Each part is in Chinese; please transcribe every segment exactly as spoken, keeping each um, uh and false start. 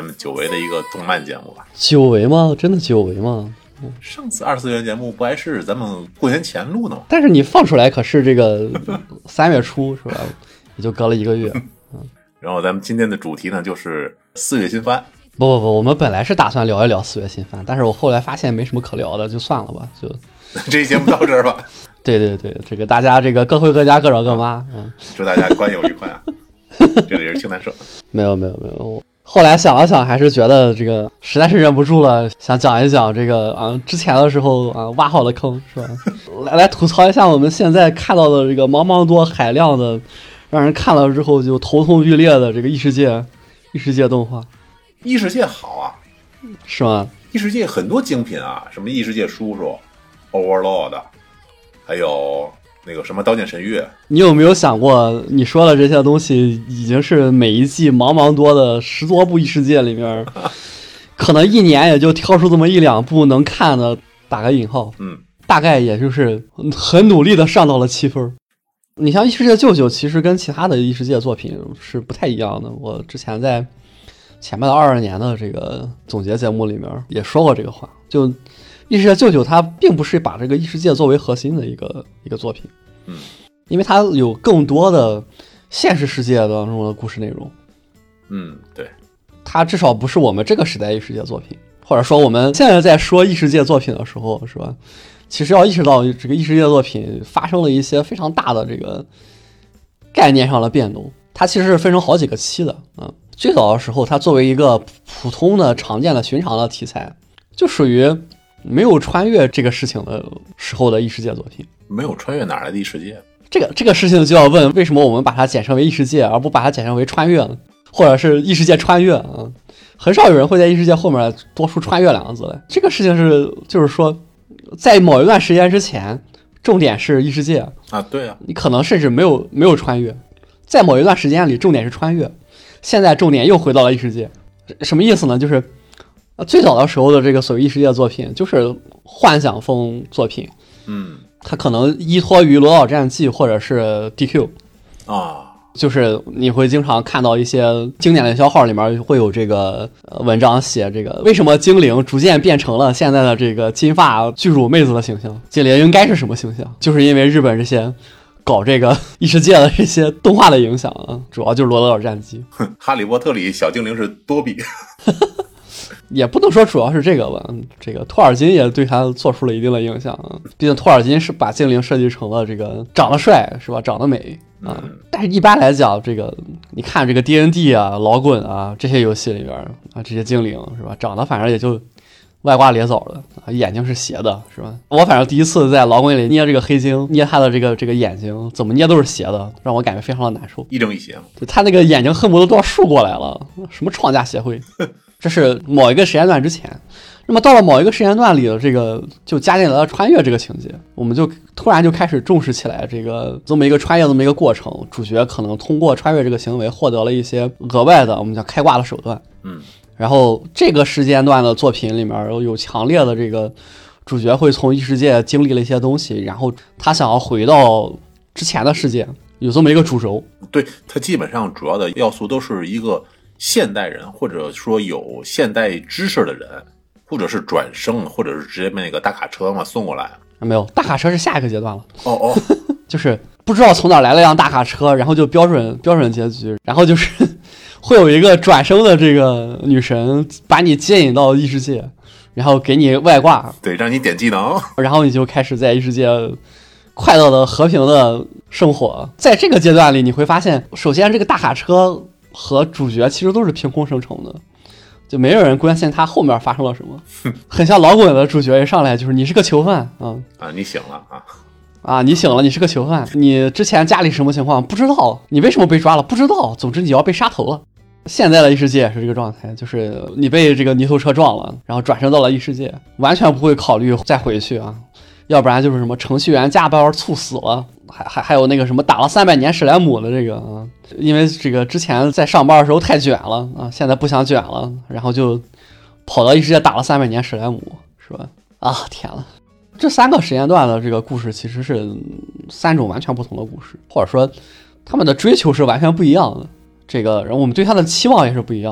咱们久违的一个动漫节目吧。 久违吗？真的久违吗？ 上次二次元节目不还是咱们过年前录呢吗？ 但是你放出来可是这个三月初是吧？也就隔了一个月。嗯， 然后咱们今天的主题呢，就是四月新番。 不不不，我们本来是打算聊一聊四月新番，但是我后来发现没什么可聊的，就算了吧，就这期节目到这儿吧。 对对对，这个大家这个各回各家各找各妈，嗯， 祝大家观友愉快啊！这里是青南社。没有没有没有，后来想了想，还是觉得这个实在是忍不住了，想讲一讲这个啊之前的时候啊挖好的坑是吧？来来吐槽一下我们现在看到的这个茫茫多海量的，让人看了之后就头痛欲裂的这个异世界异世界动画。 异世界好啊， 是吗？ 异世界很多精品啊，什么异世界叔叔、Overlord， 还有那个什么刀剑神域。 你有没有想过，你说的这些东西已经是每一季茫茫多的十多部异世界里面，可能一年也就挑出这么一两部能看的，打个引号， 嗯， 大概也就是很努力的上到了七分。你像异世界舅舅，其实跟其他的异世界作品是不太一样的。我之前在前面的二二年的这个总结节目里面也说过这个话，就异世界舅舅它并不是把这个异世界作为核心的一个一个作品， 嗯， 因为它有更多的现实世界当中的故事内容， 嗯，对， 它至少不是我们这个时代异世界作品，或者说我们现在在说异世界作品的时候，是吧？其实要意识到这个异世界作品发生了一些非常大的这个概念上的变动，它其实是分成好几个期的啊。最早的时候，它作为一个普通的、常见的、寻常的题材，就属于没有穿越这个事情的时候的异世界作品。 没有穿越哪来的异世界？ 这个这个事情就要问，为什么我们把它简称为异世界，而不把它简称为穿越呢？或者是异世界穿越啊？很少有人会在异世界后面多出穿越两个字来。这个事情是，就是说，在某一段时间之前，重点是异世界啊，对啊， 你可能甚至没有没有穿越，在某一段时间里，重点是穿越。现在重点又回到了异世界，什么意思呢？就是最早的时候的这个所谓异世界作品，就是幻想风作品， 嗯， 它可能依托于《罗岛战记》或者是 D Q 啊， 就是你会经常看到一些经典的消号里面会有这个文章写这个为什么精灵逐渐变成了现在的这个金发巨乳妹子的形象，精灵应该是什么形象？就是因为日本这些搞这个异世界的这些动画的影响啊，主要就是罗德岛战记。 哈利波特里小精灵是多比。 也不能说主要是这个吧，这个托尔金也对他做出了一定的影响啊。毕竟托尔金是把精灵设计成了这个长得帅是吧，长得美啊。 嗯、 但是一般来讲，这个你看这个 D N D 啊、老滚啊这些游戏里边啊，这些精灵是吧，长得反正也就歪瓜裂枣的啊，眼睛是斜的，是吧？我反正第一次在老滚里捏这个黑精，捏他的这个这个眼睛，怎么捏都是斜的，让我感觉非常的难受， 一正一邪。 他那个眼睛恨不得都要竖过来了，什么创价协会？这是某一个时间段之前，那么到了某一个时间段里的这个就加进来了穿越这个情节，我们就突然就开始重视起来这个这么一个穿越这么一个过程，主角可能通过穿越这个行为获得了一些额外的我们讲开挂的手段， 嗯， 然后这个时间段的作品里面有强烈的这个主角会从异世界经历了一些东西，然后他想要回到之前的世界，有这么一个主轴。 对，他基本上主要的要素都是一个现代人，或者说有现代知识的人，或者是转生，或者是直接被那个大卡车嘛送过来。 没有，大卡车是下一个阶段了。 哦哦， 就是不知道从哪来了辆大卡车，然后就标准标准结局，然后就是会有一个转生的这个女神把你接引到异世界，然后给你外挂， 对，让你点技能， 然后你就开始在异世界快乐的和平的生活。在这个阶段里，你会发现，首先这个大卡车和主角其实都是凭空生成的，就没有人关心他后面发生了什么。很像老滚的主角一上来就是你是个囚犯啊啊，你醒了啊啊，你醒了，你是个囚犯，你之前家里什么情况不知道，你为什么被抓了不知道，总之你要被杀头了。现在的异世界也是这个状态，就是你被这个泥头车撞了，然后转身到了异世界，完全不会考虑再回去啊，要不然就是什么程序员加班猝死了，还还还有那个什么打了三百年史莱姆的这个啊，因为这个之前在上班的时候太卷了啊，现在不想卷了，然后就跑到异世界打了三百年史莱姆，是吧？啊天了！这三个时间段的这个故事其实是三种完全不同的故事，或者说他们的追求是完全不一样的。这个，然后我们对他的期望也是不一样的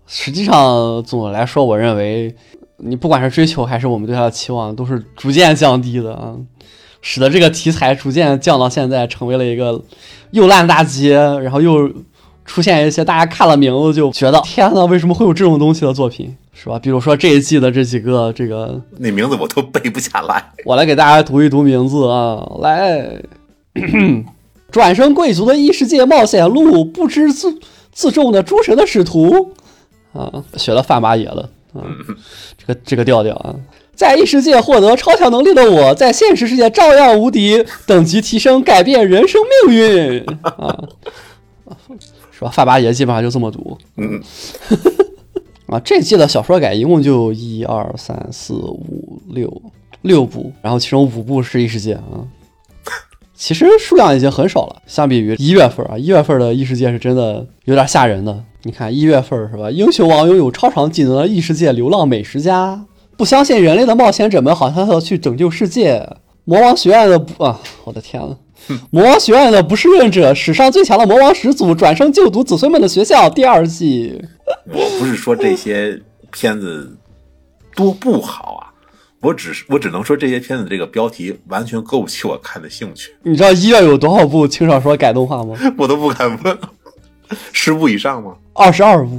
实际上总的来说，我认为你不管是追求还是我们对它的期望，都是逐渐降低的啊，使得这个题材逐渐降到现在，成为了一个又烂大街，然后又出现一些大家看了名字就觉得天哪，为什么会有这种东西的作品，是吧？比如说这一季的这几个，这个那名字我都背不下来， 我来给大家读一读名字啊，来，转生贵族的异世界冒险录，不知自自重的诸神的使徒啊，学了范八爷了啊，这个这个调调啊。在异世界获得超强能力的我，在现实世界照样无敌，等级提升，改变人生命运啊，是吧？范八爷基本上就这么读。 嗯， 啊，这季的小说改一共就一二三四五六六部，然后其中五部是异世界啊。其实数量已经很少了，相比于一月份啊，一月份的异世界是真的有点吓人的。你看一月份是吧？英雄王拥有超长技能的异世界流浪美食家。不相信人类的冒险者们好像要去拯救世界。魔王学院的不啊，我的天呐，魔王学院的不是忍者，史上最强的魔王始祖转生就读子孙们的学校第二季。 我不是说这些片子多不好啊，我只是我只能说这些片子这个标题完全勾不起我看的兴趣。 你知道一月有多少部轻小说改动画吗？ 我都不敢问，十部以上吗？ 二十二部。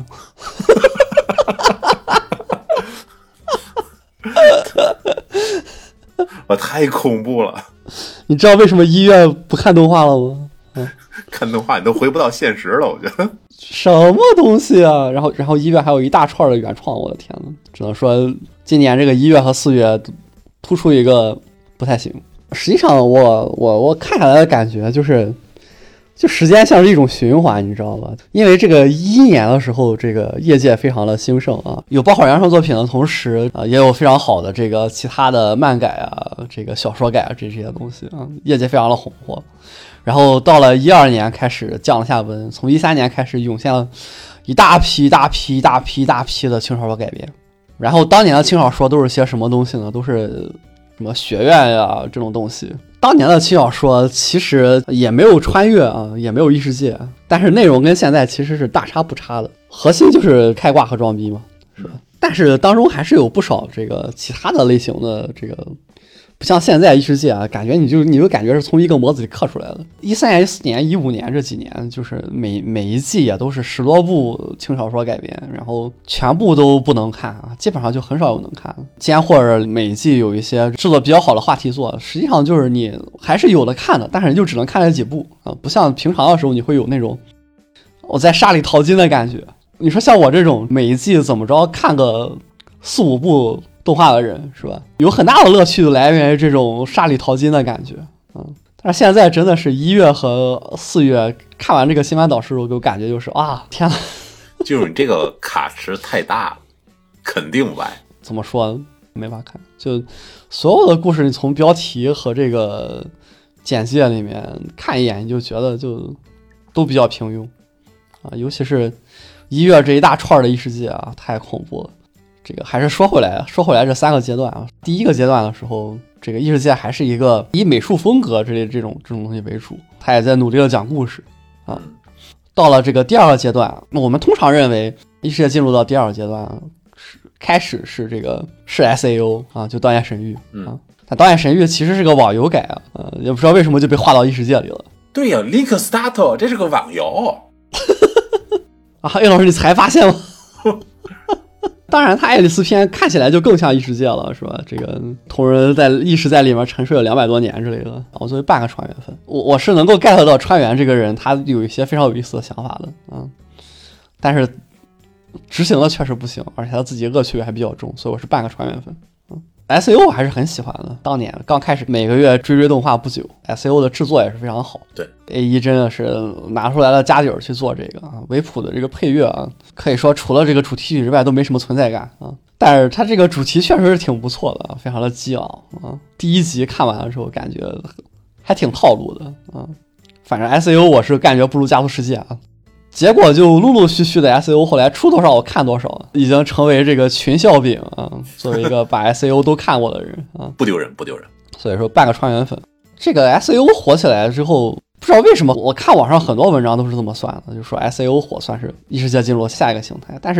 我太恐怖了！ 你知道为什么一月不看动画了吗？嗯、 看动画你都回不到现实了，我觉得什么东西啊！然后，然后一月还有一大串的原创，我的天呐，只能说今年这个一月和四月突出一个不太行。实际上我，我我我看下来的感觉就是。就时间像是一种循环，你知道吧？因为这个一一年的时候，这个业界非常的兴盛啊，有爆好原创作品的同时啊，也有非常好的这个其他的漫改啊，这个小说改啊，这这些东西啊，业界非常的红火。然后到了一二年开始降了下温，从一三年开始涌现了一大批、一大批、一大批、一大批的轻小说改编。然后当年的轻小说都是些什么东西呢？都是什么学院呀这种东西。当年的轻小说其实也没有穿越啊，也没有异世界，但是内容跟现在其实是大差不差的，核心就是开挂和装逼嘛，是吧？但是当中还是有不少这个其他的类型的这个，不像现在异世界啊，感觉你就你就感觉是从一个模子里刻出来的。一三年、一四年、一五年这几年，就是每每一季也都是十多部轻小说改编，然后全部都不能看啊，基本上就很少有能看。既然或者每一季有一些制作比较好的话题作，实际上就是你还是有的看的，但是你就只能看这几部啊，不像平常的时候你会有那种我在沙里淘金的感觉。你说像我这种每一季怎么着看个四五部动画的人是吧？有很大的乐趣来源于这种沙里淘金的感觉，嗯。但是现在真的是一月和四月看完这个新番导师，我给我感觉就是啊，天哪！ 就是你这个卡池太大了，肯定歪。 怎么说？没法看。就所有的故事，你从标题和这个简介里面看一眼，你就觉得就都比较平庸啊。尤其是一月这一大串的异世界啊，太恐怖了。这个还是说回来，说回来这三个阶段啊。第一个阶段的时候，这个异世界还是一个以美术风格这这种这种东西为主，他也在努力的讲故事啊。到了这个第二个阶段，我们通常认为异世界进入到第二个阶段，是开始是这个是 S A O 啊，就《刀剑神域》啊。但《刀剑神域》其实是个网游改啊，呃，也不知道为什么就被划到异世界里了。 对呀 ，Link Start 这是个网游啊。叶老师，你才发现吗？当然，他爱丽丝篇看起来就更像异世界了，是吧？这个同人在异世在里面沉睡了两百多年之类的。我作为半个川原粉，我我是能够 get 到川原这个人，他有一些非常有意思的想法的，嗯，但是执行的确实不行，而且他自己恶趣味还比较重，所以我是半个川原粉。嗯 S A O 我还是很喜欢的，当年刚开始每个月追追动画不久 ，S A O 的制作也是非常好。 对 ，A 一真的是拿出来了家底儿去做这个啊，维普的这个配乐啊，可以说除了这个主题曲之外都没什么存在感啊。但是它这个主题确实是挺不错的，非常的激昂啊。第一集看完的时候感觉还挺套路的啊。反正 S A O 我是感觉不如加速世界啊。结果就陆陆续续的 S A O 后来出多少我看多少，已经成为这个群笑柄啊。作为一个把 S A O 都看过的人啊， 不丢人不丢人。 所以说半个川原粉。这个 S A O 火起来之后，不知道为什么我看网上很多文章都是这么算的，就是说 S A O 火算是异世界进入下一个形态。但是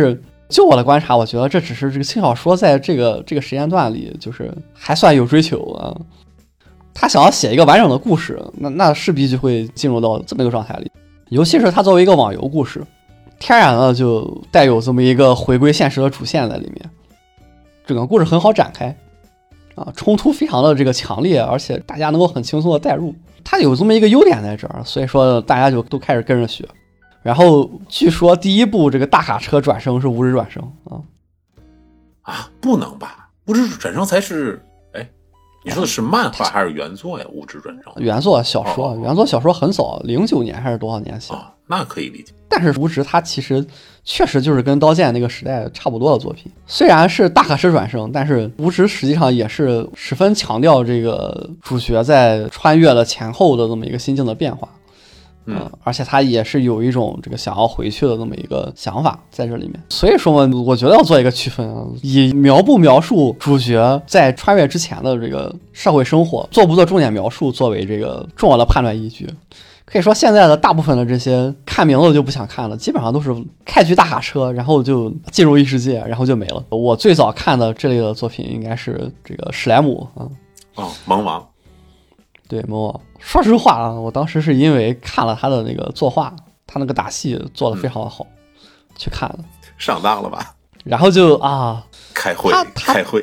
就我的观察，我觉得这只是这个轻小说在这个这个时间段里，就是还算有追求啊。他想要写一个完整的故事，那那势必就会进入到这么一个状态里。尤其是他作为一个网游故事，天然的就带有这么一个回归现实的主线在里面，整个故事很好展开啊，冲突非常的这个强烈，而且大家能够很轻松的带入。它有这么一个优点在这儿，所以说大家就都开始跟着学。然后据说第一部这个大卡车转生是无职转生啊啊，不能吧？无职转生才是，哎，你说的是漫画还是原作呀？无职转生原作小说， 哦、 原作小说很早，零九年还是多少年写？ 哦，那可以理解。 但是无职它其实确实就是跟刀剑那个时代差不多的作品，虽然是大卡车转生，但是无职实际上也是十分强调这个主角在穿越了前后的这么一个心境的变化。嗯、呃，而且他也是有一种这个想要回去的这么一个想法在这里面，所以说嘛，我觉得要做一个区分啊，以描不描述主角在穿越之前的这个社会生活，做不做重点描述作为这个重要的判断依据。可以说现在的大部分的这些看名字就不想看了，基本上都是开局大卡车，然后就进入异世界，然后就没了。我最早看的这类的作品应该是这个史莱姆啊， 哦，萌王。 对，萌王。说实话啊，我当时是因为看了他的那个作画，他那个打戏做得非常的好，嗯、去看了。 上当了吧？ 然后就啊， 开会，开会。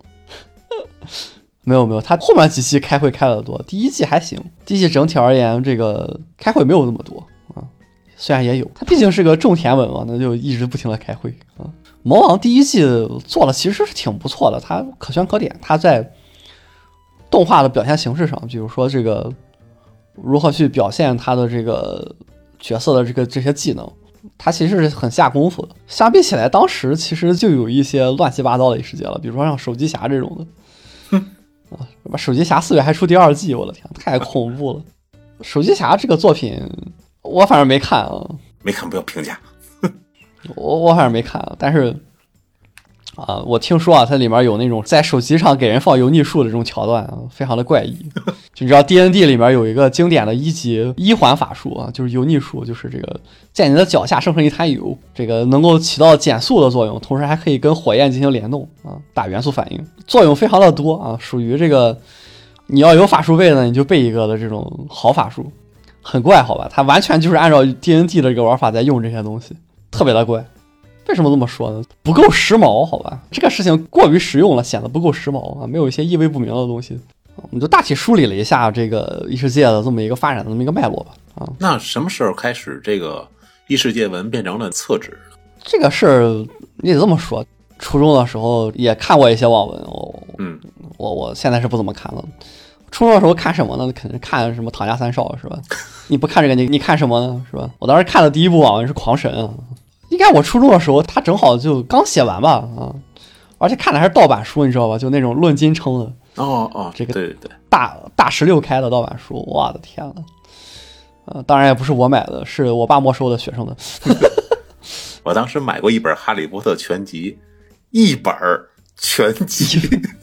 没有没有，他后面几期开会开得多，第一季还行，第一季整体而言，这个开会没有那么多啊，虽然也有，他毕竟是个种田文嘛，那就一直不停的开会啊。魔王第一季做的其实是挺不错的，他可圈可点，他在动画的表现形式上，比如说这个如何去表现他的这个角色的这个这些技能，他其实是很下功夫的。相比起来，当时其实就有一些乱七八糟的异世界了，比如说像手机侠这种的。啊，手机侠四月还出第二季，我的天，太恐怖了！手机侠这个作品，我反正没看啊， 没看不要评价。 我我反正没看，但是啊，我听说啊，它里面有那种在手机上给人放油腻术的这种桥段啊，非常的怪异。就你知道 D N D 里面有一个经典的一级一环法术啊，就是油腻术，就是这个在你的脚下生成一滩油，这个能够起到减速的作用，同时还可以跟火焰进行联动啊，打元素反应，作用非常的多啊，属于这个你要有法术背呢，你就背一个的这种好法术，很怪好吧？它完全就是按照 D N D 的这个玩法在用这些东西，特别的怪。为什么这么说呢？不够时髦，好吧？这个事情过于实用了，显得不够时髦啊，没有一些意味不明的东西。我们就大体梳理了一下这个异世界的这么一个发展的这么一个脉络吧。啊， 那什么时候开始这个异世界文变成了厕纸？ 这个事儿你得这么说。初中的时候也看过一些网文，我嗯， 我我现在是不怎么看了。初中的时候看什么呢？肯定看什么《唐家三少》是吧？你不看这个，你你看什么呢？是吧？我当时看的第一部网文是《狂神》啊。应该我初中的时候，他正好就刚写完吧啊，而且看的还是盗版书，你知道吧？就那种论斤称的。 哦哦， 这个对对对， 大大十六开的盗版书，我的天呐！呃，当然也不是我买的，是我爸没收的学生的。 我当时买过一本《哈利波特》全集，一本全集。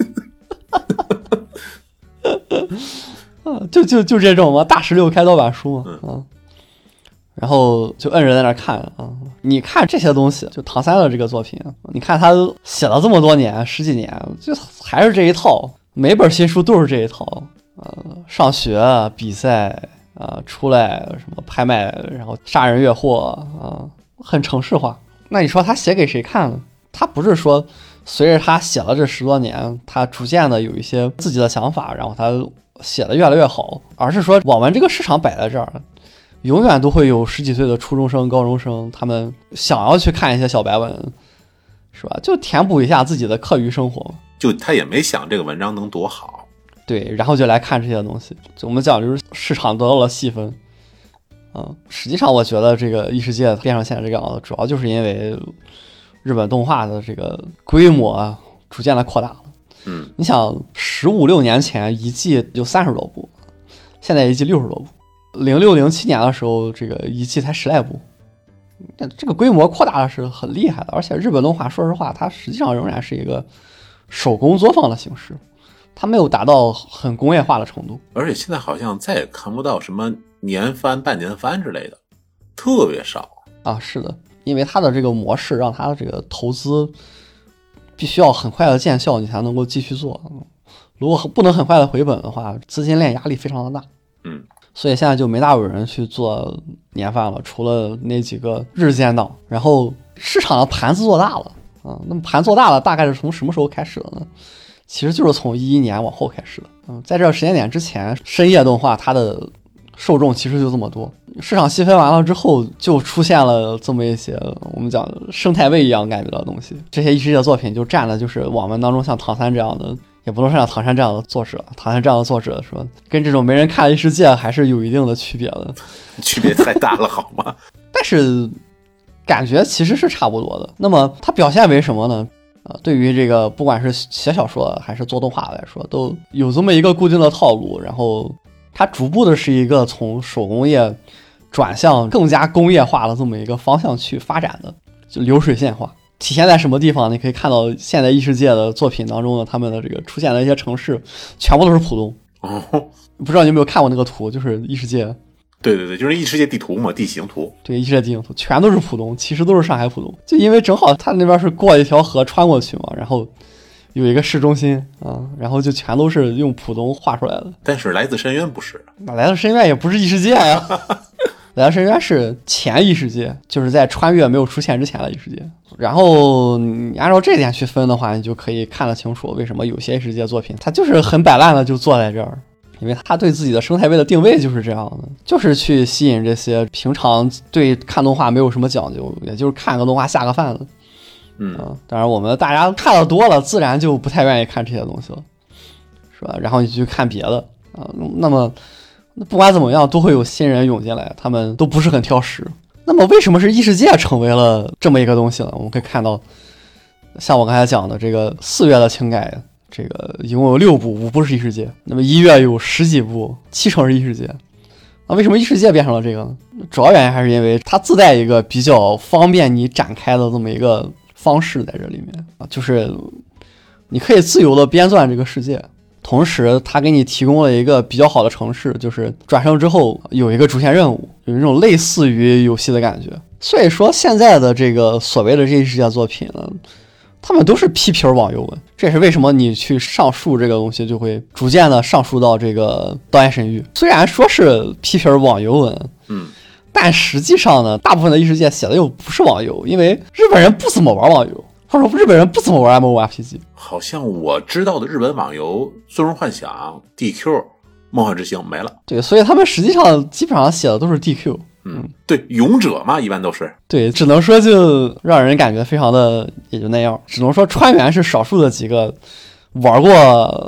就就就这种嘛，大十六开盗版书嘛，啊。然后就摁着在那看啊，你看这些东西，就唐三的这个作品，你看他写了这么多年，十几年，就还是这一套，每本新书都是这一套，呃，上学比赛啊、呃，出来什么拍卖，然后杀人越货啊、呃，很程式化。那你说他写给谁看呢？他不是说随着他写了这十多年，他逐渐的有一些自己的想法，然后他写的越来越好，而是说网文这个市场摆在这儿。永远都会有十几岁的初中生、高中生，他们想要去看一些小白文，是吧？就填补一下自己的课余生活。 就他也没想这个文章能多好， 对，然后就来看这些东西。就我们讲，就是市场得到了细分。嗯，实际上我觉得这个异世界变成现在这个样子，主要就是因为日本动画的这个规模逐渐的扩大了。 嗯， 你想，十五六年前一季就三十多部，现在一季六十多部。零六零七年的时候，这个一季才十来部，这个规模扩大的是很厉害的。而且日本动画，说实话，它实际上仍然是一个手工作坊的形式，它没有达到很工业化的程度。 而且现在好像再也看不到什么年番、半年番之类的，特别少啊。是的， 因为它的这个模式让它的这个投资必须要很快的见效，你才能够继续做。如果不能很快的回本的话，资金链压力非常的大。 嗯， 所以现在就没大有人去做年饭了，除了那几个日间档。然后市场的盘子做大了啊，那么盘做大了，大概是从什么时候开始的呢？其实就是从一一年往后开始的。嗯，在这个时间点之前，深夜动画它的受众其实就这么多。市场细分完了之后，就出现了这么一些我们讲生态位一样感觉的东西。这些异世界作品就占了就是网文当中像唐三这样的，也不能说像唐三这样的作者，唐三这样的作者说跟这种没人看的异世界还是有一定的区别的， 区别太大了好吗？ 但是感觉其实是差不多的。那么它表现为什么呢？呃，对于这个不管是写小说还是做动画来说，都有这么一个固定的套路，然后它逐步的是一个从手工业转向更加工业化的这么一个方向去发展的，就流水线化。体现在什么地方？你可以看到现在异世界的作品当中的他们的这个出现的一些城市，全部都是浦东。 哦， 不知道你有没有看过那个图，就是异世界。 对对对，就是异世界地图嘛，地形图。 对，异世界地形图全都是浦东，其实都是上海浦东。就因为正好他那边是过一条河穿过去嘛，然后有一个市中心啊，然后就全都是用浦东画出来的。 但是来自深渊不是， 那来自深渊也不是异世界呀、啊。来自深渊是前异世界，就是在穿越没有出现之前的异世界。然后你按照这点去分的话，你就可以看得清楚为什么有些异世界作品它就是很摆烂的就坐在这儿，因为他对自己的生态位的定位就是这样的，就是去吸引这些平常对看动画没有什么讲究，也就是看个动画下个饭的。 嗯、 啊，当然我们大家看的多了，自然就不太愿意看这些东西了，是吧？然后你去看别的啊，那么不管怎么样，都会有新人涌进来，他们都不是很挑食。那么为什么是异世界成为了这么一个东西呢？我们可以看到，像我刚才讲的这个四月的轻改，这个一共有六部，五部是异世界。那么一月有十几部，七成是异世界。那为什么异世界变成了这个呢？主要原因还是因为它自带一个比较方便你展开的这么一个方式在这里面啊，就是你可以自由的编撰这个世界。同时它给你提供了一个比较好的城市，就是转生之后有一个主线任务，有一种类似于游戏的感觉。所以说现在的这个所谓的这些世界作品呢，他们都是批皮网游文，这也是为什么你去上述这个东西就会逐渐的上述到这个刀剑神域。虽然说是批皮网游文， 嗯， 但实际上呢，大部分的异世界写的又不是网游，因为日本人不怎么玩网游，或者说日本人不怎么玩 M O R P G。 好像我知道的日本网游《最终幻想》、D Q、梦幻之星没了。 对，所以他们实际上基本上写的都是 D Q。 嗯，对，勇者嘛，一般都是。 对，只能说就让人感觉非常的也就那样。只能说川原是少数的几个玩过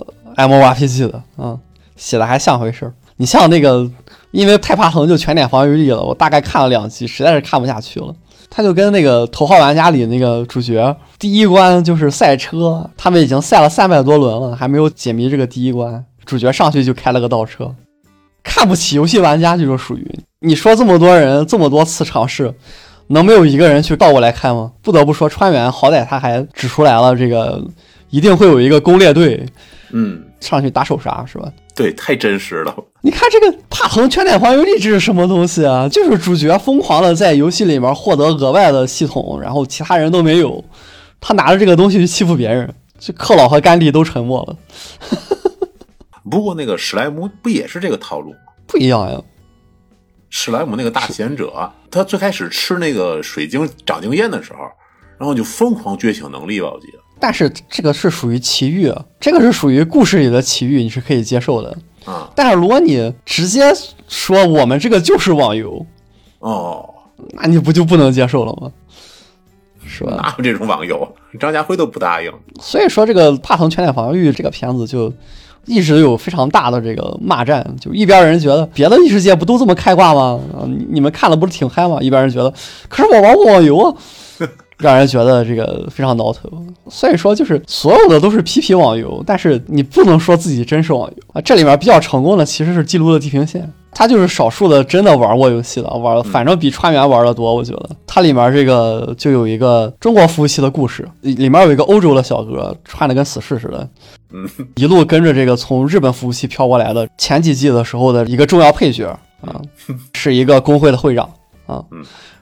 M O R P G 的，嗯，写的还像回事儿。你像那个，因为太怕疼就全点防御力了，我大概看了两集，实在是看不下去了。他就跟那个头号玩家里那个主角，第一关就是赛车，他们已经赛了三百多轮了，还没有解谜这个第一关，主角上去就开了个倒车。看不起游戏玩家就是属于你说这么多人这么多次尝试，能没有一个人去倒过来看吗？不得不说川原好歹他还指出来了，这个一定会有一个攻略队， 嗯， 上去打手杀是吧？ 对，太真实了。 你看这个怕疼全点防御力这是什么东西啊？就是主角疯狂的在游戏里面获得额外的系统，然后其他人都没有，他拿着这个东西去欺负别人，这克劳和甘地都沉默了。 不过那个史莱姆不也是这个套路吗？ 不一样呀。 史莱姆那个大贤者，他最开始吃那个水晶长经验的时候，然后就疯狂觉醒能力吧，我记得。 但是这个是属于奇遇，这个是属于故事里的奇遇，你是可以接受的啊。 但是如果你直接说我们这个就是网游， 哦， 那你不就不能接受了吗？是吧？ 哪有这种网游？张家辉都不答应。 所以说这个帕腾全点防御这个片子就一直有非常大的这个骂战，就一边人觉得别的异世界不都这么开挂吗？啊，你们看了不是挺嗨吗？一边人觉得，可是我玩过网游啊，让人觉得这个非常挠头。所以说就是所有的都是批评网游，但是你不能说自己真是网游啊。这里面比较成功的其实是记录的地平线，它就是少数的真的玩过游戏的，玩反正比川原玩的多，我觉得。它里面这个就有一个中国服务器的故事，里面有一个欧洲的小哥穿的跟死士似的，一路跟着这个从日本服务器飘过来的前几季的时候的一个重要配角啊，是一个工会的会长啊。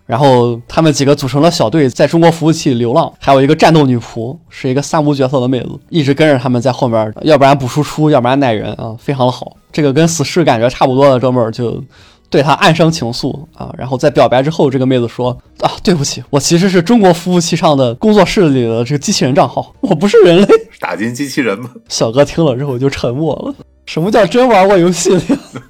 然后他们几个组成了小队，在中国服务器流浪，还有一个战斗女仆，是一个三无角色的妹子，一直跟着他们在后面，要不然补输出，要不然耐人啊，非常的好。这个跟死侍感觉差不多的哥们儿就对他暗生情愫啊，然后在表白之后，这个妹子说啊，对不起，我其实是中国服务器上的工作室里的这个机器人账号，我不是人类。 打进机器人吗？ 小哥听了之后就沉默了。什么叫真玩过游戏呢？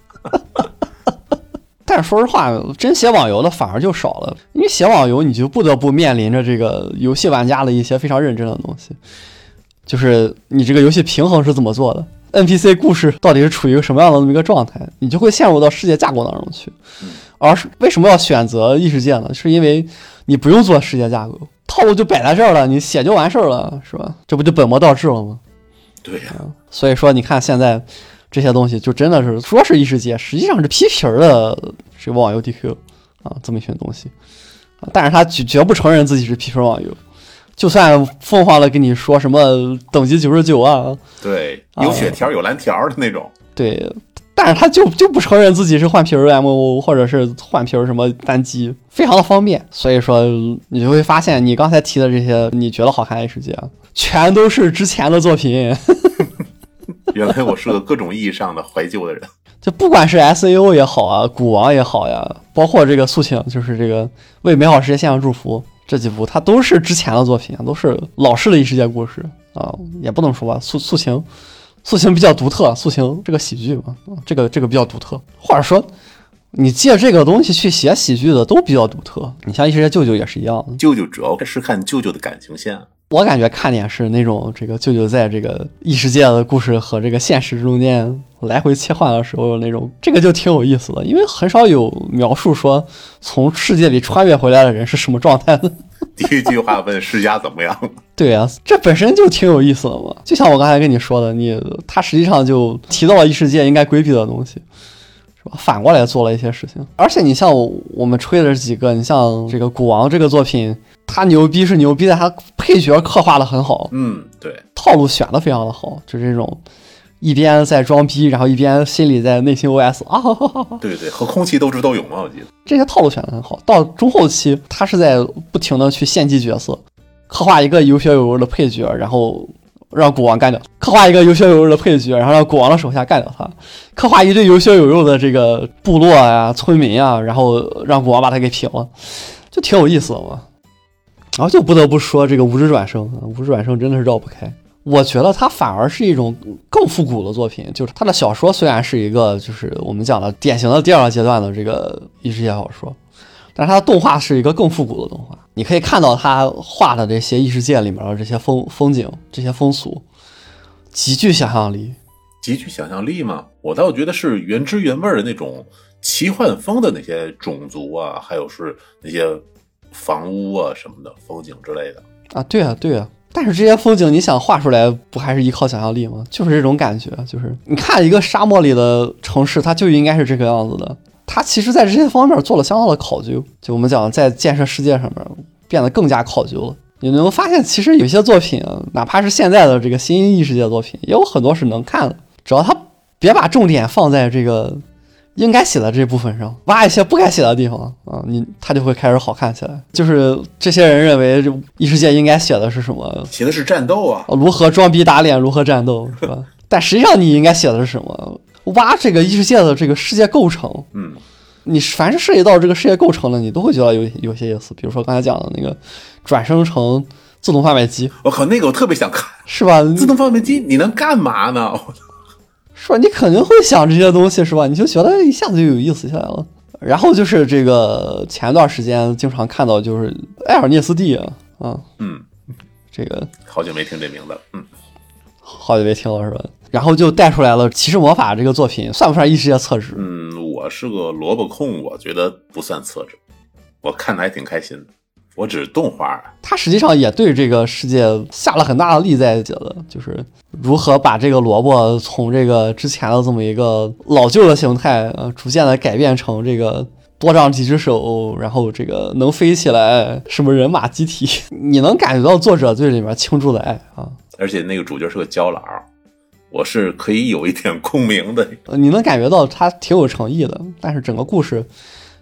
但是说实话，真写网游的反而就少了，因为写网游你就不得不面临着这个游戏玩家的一些非常认真的东西，就是你这个游戏平衡是怎么做的， N P C 故事到底是处于一个什么样的那么一个状态，你就会陷入到世界架构当中去。而是为什么要选择异世界呢？是因为你不用做世界架构，套路就摆在这儿了，你写就完事儿了，是吧？这不就本末倒置了吗？ 对呀、啊， 所以说你看现在这些东西就真的是说是异世界，实际上是批皮儿的这个网游 D Q 啊，这么一群东西啊，但是他绝绝不承认自己是批皮网游，就算凤凰了跟你说什么等级九十九啊， 对，有血条、啊、有蓝条的那种， 对，但是他就就不承认自己是换皮儿 M O 或者是换皮儿什么单机，非常的方便。所以说你就会发现，你刚才提的这些你觉得好看的异世界，全都是之前的作品。 原来我是个各种意义上的怀旧的人。 就不管是 S A O 也好啊，古王也好呀，包括这个肃清，就是这个为美好世界献上祝福这几部，它都是之前的作品，都是老式的异世界故事啊，也不能说吧，肃肃清。肃清比较独特，肃清这个喜剧嘛，这个这个比较独特，或者说你借这个东西去写喜剧的都比较独特。你像异世界舅舅也是一样的， 舅舅主要是看舅舅的感情线。 我感觉看点是那种这个舅舅在这个异世界的故事和这个现实中间来回切换的时候，有那种这个就挺有意思的，因为很少有描述说从世界里穿越回来的人是什么状态的。 第一句话问世家怎么样？ 对啊，这本身就挺有意思的嘛。就像我刚才跟你说的，你他实际上就提到了异世界应该规避的东西，是吧？反过来做了一些事情。而且你像我我们吹的这几个，你像这个古王这个作品，他牛逼是牛逼在他配角刻画的很好， 嗯，对， 套路选的非常的好，就这种一边在装逼，然后一边心里在内心 O S 啊， 对对，和空气斗智斗勇嘛，我记得这些套路选的很好。到中后期，他是在不停的去献祭角色，刻画一个有血有肉的配角，然后让古王干掉；刻画一个有血有肉的配角，然后让古王的手下干掉他；刻画一堆有血有肉的这个部落呀、村民啊，然后让古王把他给平了，就挺有意思的嘛。然后就不得不说这个无职转生，无职转生真的是绕不开。我觉得它反而是一种更复古的作品，就是它的小说虽然是一个就是我们讲的典型的第二个阶段的这个异世界小说，但是它的动画是一个更复古的动画。你可以看到它画的这些异世界里面的这些风风景、这些风俗，极具想象力。 极具想象力吗？我倒觉得是原汁原味的那种奇幻风的那些种族啊，还有是那些房屋啊什么的风景之类的啊。对啊，对啊。但是这些风景你想画出来不还是依靠想象力吗？就是这种感觉，就是你看一个沙漠里的城市，它就应该是这个样子的。它其实在这些方面做了相当的考究，就我们讲在建设世界上面变得更加考究了。你能发现其实有些作品啊，哪怕是现在的这个新异世界作品，也有很多是能看的，只要他别把重点放在这个应该写的这部分上，挖一些不该写的地方啊，你他就会开始好看起来。就是这些人认为异世界应该写的是什么？ 写的是战斗啊， 如何装逼打脸，如何战斗，是吧？但实际上你应该写的是什么？挖这个异世界的这个世界构成。 嗯， 你凡是涉及到这个世界构成的，你都会觉得有有些意思。比如说刚才讲的那个转生成自动贩卖机， 我靠，那个我特别想看， 是吧？ 自动贩卖机你能干嘛呢？ 是吧？你肯定会想这些东西，是吧？你就觉得一下子就有意思起来了。然后就是这个前段时间经常看到，就是埃尔涅斯蒂啊，啊， 嗯， 这个好久没听这名字了，嗯， 好久没听了，是吧？然后就带出来了《骑士魔法》这个作品，算不算异世界厕纸？ 嗯，我是个萝卜控，我觉得不算厕纸，我看的还挺开心的。我只是动画， 它实际上也对这个世界下了很大的力在写的，就是如何把这个萝卜从这个之前的这么一个老旧的形态，呃，逐渐的改变成这个多丈几只手，然后这个能飞起来，什么人马机体，你能感觉到作者对里面倾注的爱啊！ 而且那个主角是个胶佬，我是可以有一点共鸣的， 你能感觉到他挺有诚意的，但是整个故事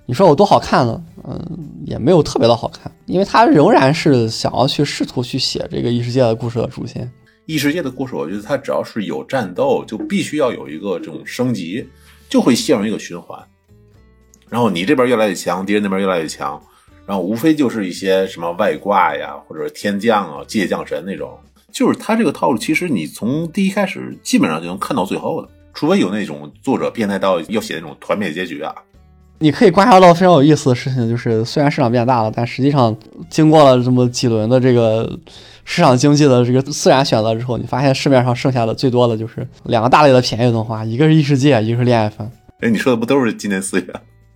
你说有多好看呢？嗯，也没有特别的好看，因为他仍然是想要去试图去写这个异世界的故事的主线。 异世界的故事，我觉得它只要是有战斗，就必须要有一个这种升级，就会陷入一个循环。然后你这边越来越强，敌人那边越来越强，然后无非就是一些什么外挂呀，或者天降啊、借降神那种。就是他这个套路，其实你从第一开始基本上就能看到最后的，除非有那种作者变态到要写那种团灭结局啊。 你可以观察到非常有意思的事情，就是虽然市场变大了，但实际上经过了这么几轮的这个市场经济的这个自然选择之后，你发现市面上剩下的最多的就是两个大类的便宜动画，一个是异世界，一个是恋爱番。 哎，你说的不都是今年四月？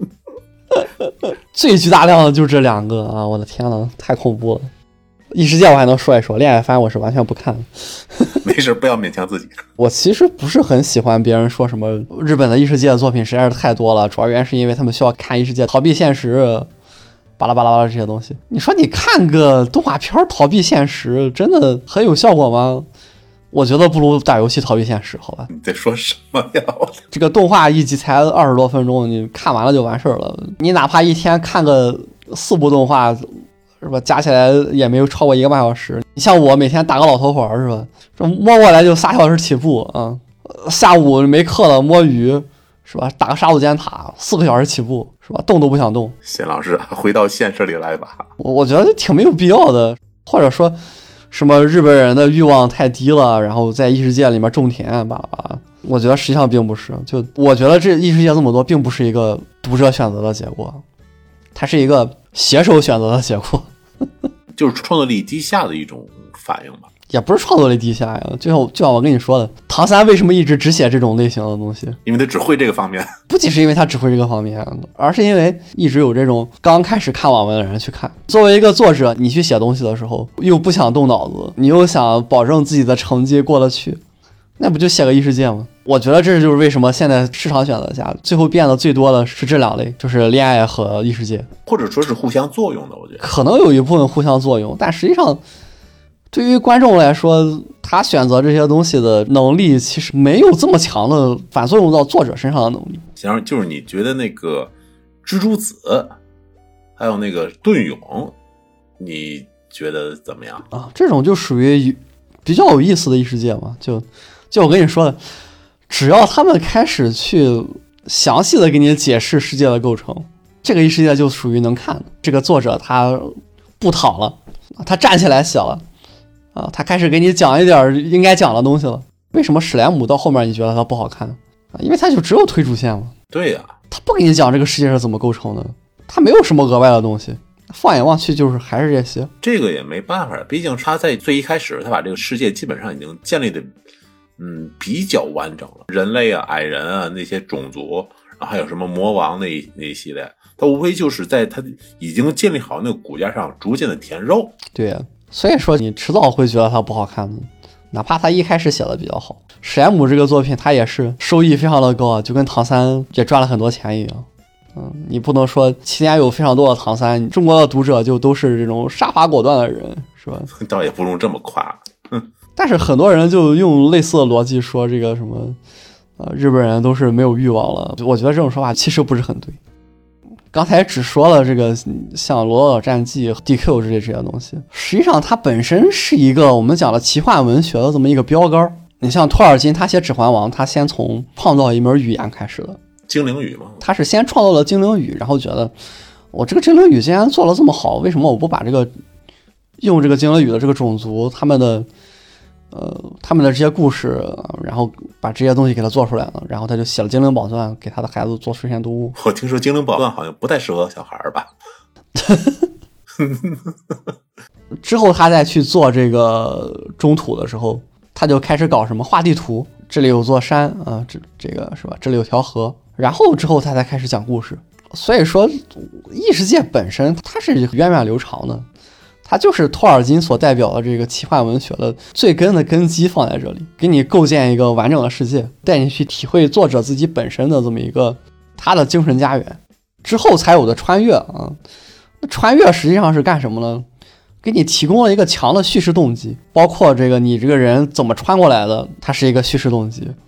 最巨大量的就是这两个啊！我的天呐，太恐怖了！异世界我还能说一说，恋爱番我是完全不看的。 没事，不要勉强自己。 我其实不是很喜欢别人说什么日本的异世界的作品实在是太多了，主要原因是因为他们需要看异世界逃避现实，巴拉巴拉巴拉这些东西。你说你看个动画片逃避现实，真的很有效果吗？我觉得不如打游戏逃避现实，好吧？ 你在说什么呀？ 这个动画一集才二十多分钟，你看完了就完事儿了。你哪怕一天看个四部动画，是吧？加起来也没有超过一个半小时。你像我每天打个老头环，是吧？这摸过来就仨小时起步啊。下午没课了摸鱼，是吧？打个杀戮尖塔，四个小时起步，是吧？动都不想动。 谢老师，回到现实里来吧。 我我觉得挺没有必要的，或者说。什么日本人的欲望太低了，然后在异世界里面种田巴拉巴拉，我觉得实际上并不是。就我觉得这异世界这么多，并不是一个读者选择的结果，它是一个写手选择的结果， 就是创作力低下的一种反应吧。 也不是创作力低下呀，就像就像我跟你说的，唐三为什么一直只写这种类型的东西？ 因为他只会这个方面。 不仅是因为他只会这个方面，而是因为一直有这种刚开始看网文的人去看。作为一个作者，你去写东西的时候，又不想动脑子，你又想保证自己的成绩过得去，那不就写个异世界吗？我觉得这就是为什么现在市场选择下最后变得最多的是这两类，就是恋爱和异世界， 或者说是互相作用的。我觉得可能有一部分互相作用，但实际上对于观众来说，他选择这些东西的能力其实没有这么强的反作用到作者身上的能力。 像就是你觉得那个蜘蛛子还有那个盾勇，你觉得怎么样啊？这种就属于比较有意思的异世界嘛，就就我跟你说的，只要他们开始去详细的给你解释世界的构成，这个异世界就属于能看的。这个作者他不躺了，他站起来写了啊，他开始给你讲一点应该讲的东西了。为什么史莱姆到后面你觉得他不好看啊？因为他就只有推主线嘛。 对呀、啊， 他不给你讲这个世界是怎么构成的，他没有什么额外的东西，放眼望去就是还是这些。 这个也没办法，毕竟他在最一开始他把这个世界基本上已经建立的嗯比较完整了，人类啊、矮人啊那些种族，然后还有什么魔王那一那一系列，他无非就是在他已经建立好那个骨架上逐渐的填肉。 对呀，所以说你迟早会觉得它不好看的，哪怕他一开始写的比较好。史莱姆这个作品他也是收益非常的高啊，就跟唐三也赚了很多钱一样。嗯，你不能说期间有非常多的唐三，中国的读者就都是这种杀伐果断的人，是吧？ 倒也不用这么夸。 但是很多人就用类似的逻辑说这个什么，呃，日本人都是没有欲望了。我觉得这种说法其实不是很对。刚才只说了这个像《罗罗岛战记》、D Q 之类这些东西，实际上它本身是一个我们讲的奇幻文学的这么一个标杆。你像托尔金，他写《指环王》，他先从创造一门语言开始的， 精灵语嘛。 他是先创造了精灵语，然后觉得我这个精灵语既然做了这么好，为什么我不把这个用这个精灵语的这个种族他们的呃他们的这些故事，然后把这些东西给他做出来了，然后他就写了《精灵宝钻》，给他的孩子做睡前读物。 我听说《精灵宝钻》好像不太适合小孩吧？ 之后他再去做这个中土的时候，他就开始搞什么画地图，这里有座山啊，这这个是吧？这里有条河，然后之后他才开始讲故事。所以说，异世界本身它是源远流长的，它就是托尔金所代表的这个奇幻文学的最根的根基放在这里，给你构建一个完整的世界，带你去体会作者自己本身的这么一个他的精神家园，之后才有的穿越啊。那穿越实际上是干什么呢？给你提供了一个强的叙事动机，包括这个你这个人怎么穿过来的，它是一个叙事动机，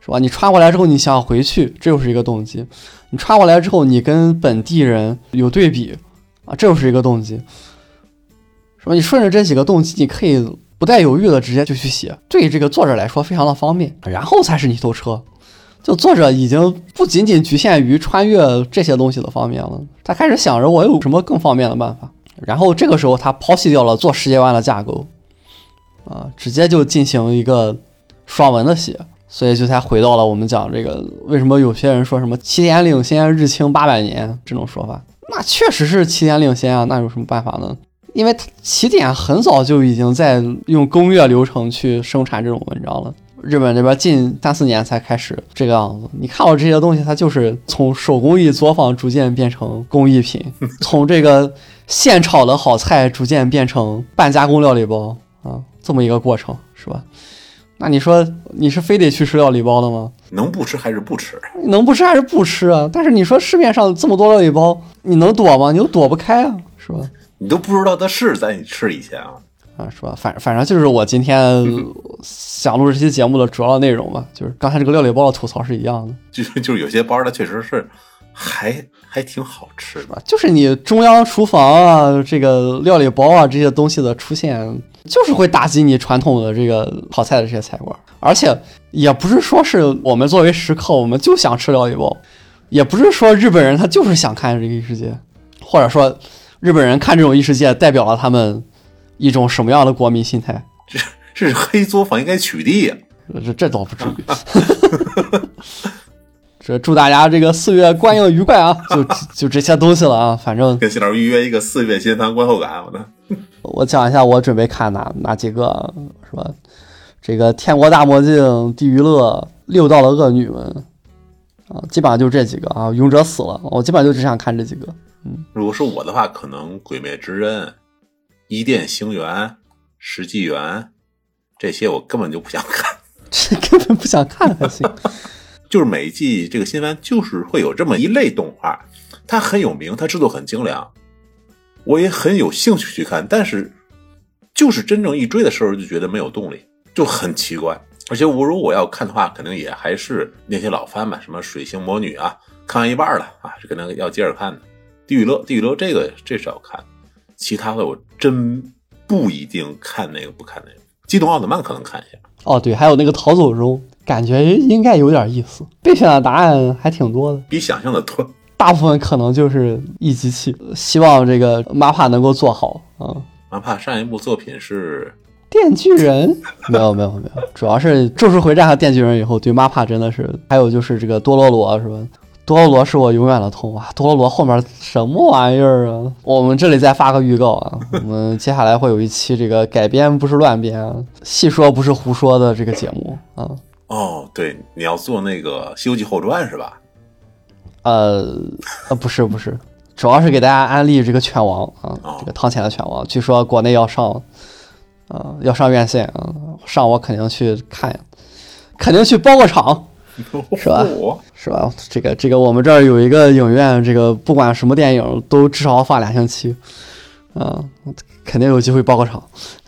是吧？你穿过来之后你想回去，这又是一个动机。你穿过来之后你跟本地人有对比啊，这又是一个动机，是吧？你顺着这几个动机，你可以不带犹豫的直接就去写，对这个作者来说非常的方便。然后才是泥头车，就作者已经不仅仅局限于穿越这些东西的方面了，他开始想着我有什么更方便的办法。然后这个时候他抛弃掉了做世界观的架构啊，直接就进行一个爽文的写，所以就才回到了我们讲这个为什么有些人说什么起点领先日清八百年这种说法。那确实是起点领先啊，那有什么办法呢？因为起点很早就已经在用工业流程去生产这种文章了，日本这边近三四年才开始这个样子。你看到这些东西，它就是从手工艺作坊逐渐变成工艺品，从这个现炒的好菜逐渐变成半加工料理包啊，这么一个过程，是吧？那你说你是非得去吃料理包的吗？ 能不吃还是不吃？ 能不吃还是不吃啊？但是你说市面上这么多料理包，你能躲吗？你又躲不开啊，是吧？ 你都不知道它是在你吃以前啊。 啊，是吧？反反正就是我今天想录这期节目的主要内容嘛，就是刚才这个料理包的吐槽是一样的， 就就是有些包它确实是还还挺好吃的， 就是你中央厨房啊，这个料理包啊这些东西的出现，就是会打击你传统的这个炒菜的这些菜馆，而且也不是说是我们作为食客我们就想吃料理包，也不是说日本人他就是想看这个异世界，或者说日本人看这种异世界代表了他们一种什么样的国民心态？ 这这是黑作坊应该取缔呀、 啊！这这倒不至于。这祝大家这个四月观影愉快啊！就就这些东西了啊，反正跟新老师预约一个四月新番观后感，我呢。 我讲一下我准备看哪哪几个是吧？这个《天国大魔镜》《地狱乐》《六道的恶女们》啊，基本上就这几个啊。勇者死了，我基本上就只想看这几个。嗯， 如果是我的话，可能《鬼灭之刃》。伊甸星原、石纪元这些我根本就不想看， 这根本不想看还行。 就是每一季这个新番就是会有这么一类动画，它很有名，它制作很精良，我也很有兴趣去看，但是就是真正一追的时候就觉得没有动力，就很奇怪。而且我如果我要看的话，肯定也还是那些老番吧，什么水星魔女啊，看完一半了啊，是可能要接着看的。地狱乐，地狱乐这个这是要看。其他的我真不一定看那个不看那个，机动奥特曼可能看一下。 哦，对，还有那个逃走中，感觉应该有点意思。备选的答案还挺多的， 比想象的多。 大部分可能就是一机器。希望这个玛帕能够做好啊。 玛帕上一部作品是电锯人，没有没有没有，主要是咒术回战和电锯人以后对玛帕真的是，还有就是这个多罗罗是吧？多罗罗是我永远的痛啊！多罗罗后面什么玩意儿啊？我们这里再发个预告啊，我们接下来会有一期这个改编不是乱编，细说不是胡说的这个节目啊。 哦，对，你要做那个《西游记后传》是吧？ 呃，呃，不是不是，主要是给大家安利这个犬王啊， 哦、 这个汤浅的犬王，据说国内要上，啊、呃，要上院线啊，上我肯定去看，肯定去包个场。是吧？是吧？这个这个，我们这儿有一个影院，这个不管什么电影都至少放俩星期，啊、呃，肯定有机会包个场。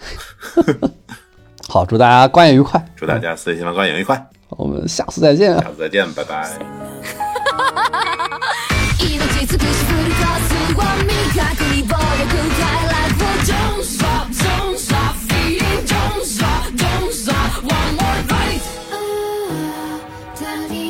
好，祝大家观影愉快！ 祝大家四月新番观影愉快！ 我们下次再见， 下次再见，拜拜。Don't